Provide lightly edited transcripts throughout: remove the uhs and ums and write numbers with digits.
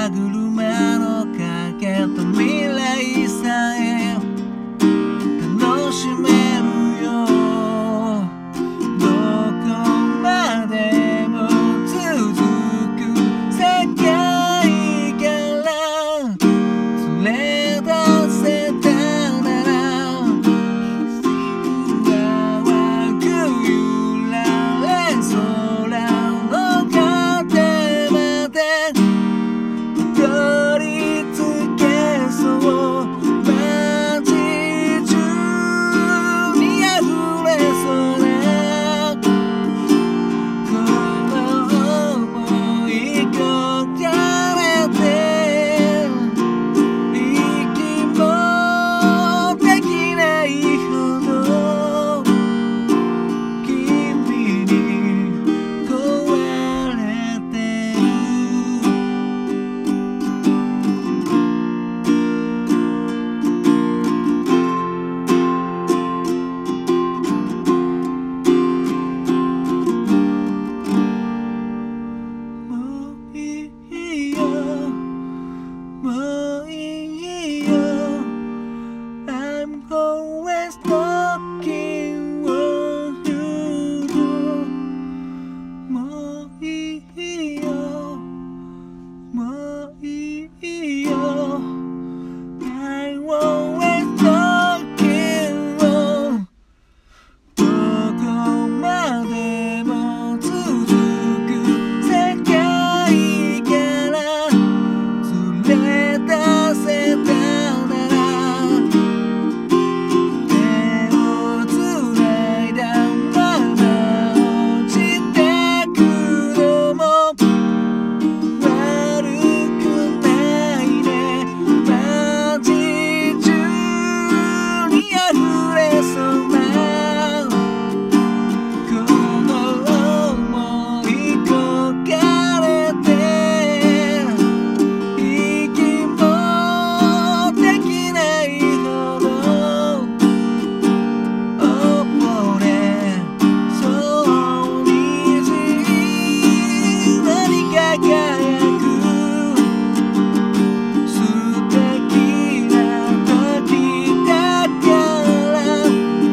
車のかけた未来さえ楽しめるよ。どこまでも続く世界から連れ出せたなら、空はぐゆられ空の果てまでたどり着けそう。街中にあふれそうなこの想い焦がれて息もできないほど君に壊れてる。もういいよ、もういいよ。I'm always talking on you. もういいよ、もういいよ。I'm always talking on。どこまでも続く世界から連れ出せたなら、手をつないだまま落ちてくのも悪くないね。街中にあふれそうなこの想い焦がれて息もできないほど溺れそうにじわり輝く素敵な時だから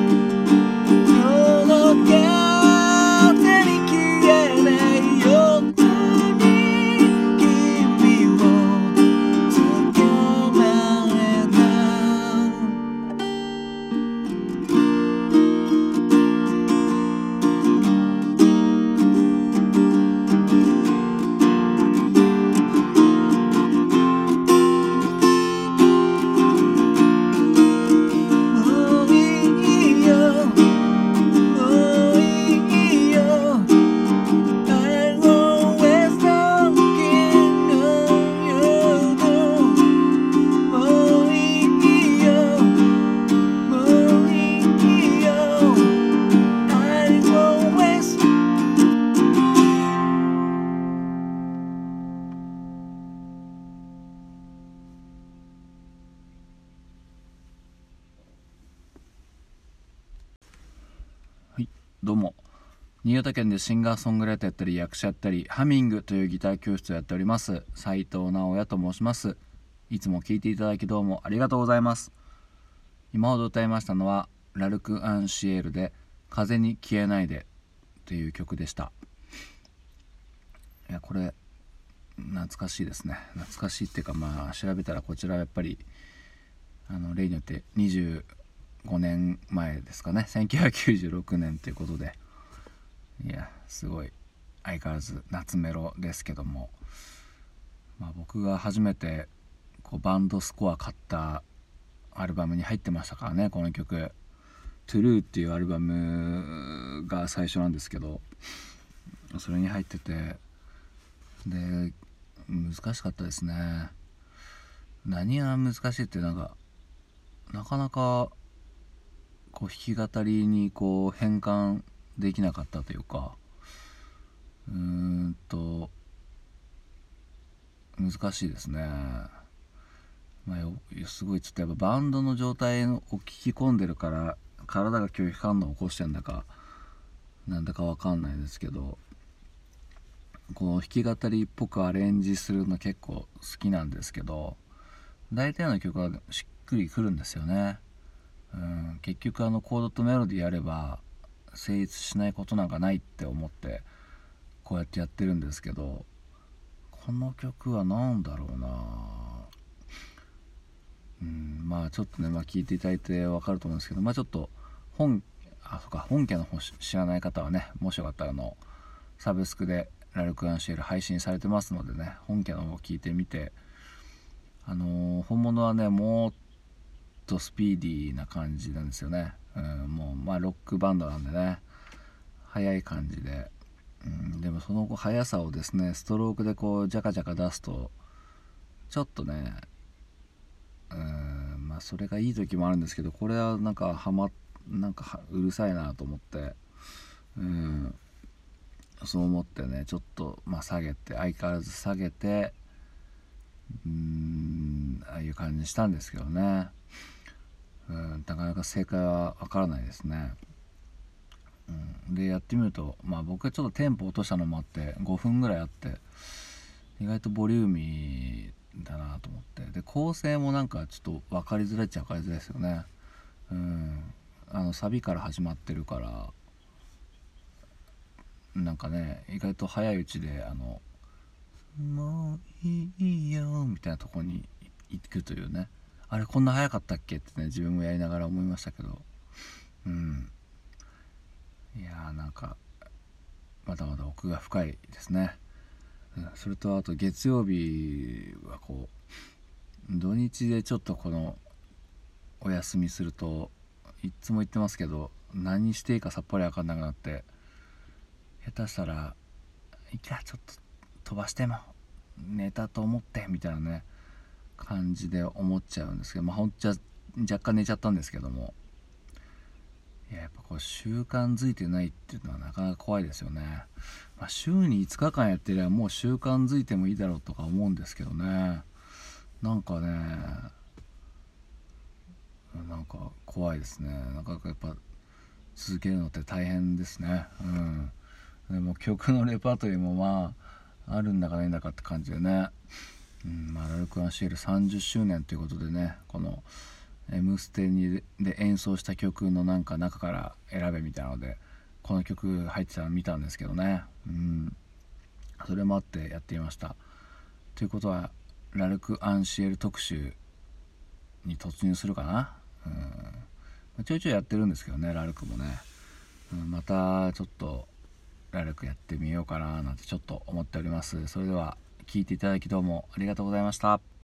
この風に消えないように君を捕まえた。もういいよ、もういいよ。I'm always talking on you. もういいよ、もういいよ。I'm always。はい、どうも。新潟県でシンガーソングライターやったり役者やったりハミングというギター教室をやっております斉藤直也と申します。いつも聴いていただきどうもありがとうございます。今ほど歌いましたのはラルク・アンシエルで風に消えないでという曲でした。いやこれ懐かしいですね。懐かしいっていうか、まあ調べたらこちらはやっぱり例によって25年前ですかね、1996年ということで、いやすごい相変わらず夏メロですけども、まあ、僕が初めてこうバンドスコア買ったアルバムに入ってましたからね、この曲トゥルーっていうアルバムが最初なんですけど、それに入ってて、で難しかったですね。何が難しいってなかなかこう弾き語りにこう変換できなかったというか、難しいですね。まあ、すごいちょっとやっぱバンドの状態を聞き込んでるから体が拒否反応を起こしてんだかなんだかわかんないですけど、 この弾き語りっぽくアレンジするの結構好きなんですけど、大体の曲はしっくりくるんですよね。結局コードとメロディーやれば成立しないことなんかないって思ってこうやってやってるんですけど、この曲は何だろうな。まあちょっとね、聴いていただいて分かると思うんですけど、ちょっと本家の方知らない方はね、もしよかったらサブスクでラルク・アンシエル配信されてますのでね、本家の方を聞いてみて、本物はねもっとスピーディーな感じなんですよね。もうロックバンドなんでね、速い感じで、でもその速さをですねストロークでこうジャカジャカ出すとちょっとね、それがいい時もあるんですけど、これはなんかうるさいなと思って、そう思ってねちょっと下げて、相変わらず下げて、ああいう感じにしたんですけどね、なかなか正解はわからないですね。でやってみると、僕はちょっとテンポ落としたのもあって5分ぐらいあって、意外とボリューミーだなと思って、で構成もなんかちょっと分かりづらいっちゃ分かりづらいですよね。サビから始まってるからなんかね、意外と早いうちでもういいよみたいなとこに行くというね、あれこんな早かったっけってね、自分もやりながら思いましたけど、いやーなんかまだまだ奥が深いですね。それとあと月曜日はこう土日でちょっとこのお休みすると、いつも言ってますけど何していいかさっぱり分かんなくなって、下手したらいやちょっと飛ばしても寝たと思ってみたいなね感じで思っちゃうんですけど、本当は若干寝ちゃったんですけども、やっぱこう習慣づいてないっていうのはなかなか怖いですよね。週に5日間やってりゃもう習慣づいてもいいだろうとか思うんですけどね、なんかね、なんか怖いですね。なかなかやっぱ続けるのって大変ですね。でも曲のレパートリーもあるんだかないんだかって感じでね、ラルク・アンシエル30周年ということでね、この「Mステ」で演奏した曲の中から選べみたいなのでこの曲入ってたの見たんですけどね、それもあってやってみました。ということはラルク・アンシエル特集に突入するかな。ちょいちょいやってるんですけどね、ラルクもね、またちょっとラルクやってみようかななんてちょっと思っております。それでは聞いていただきどうもありがとうございました。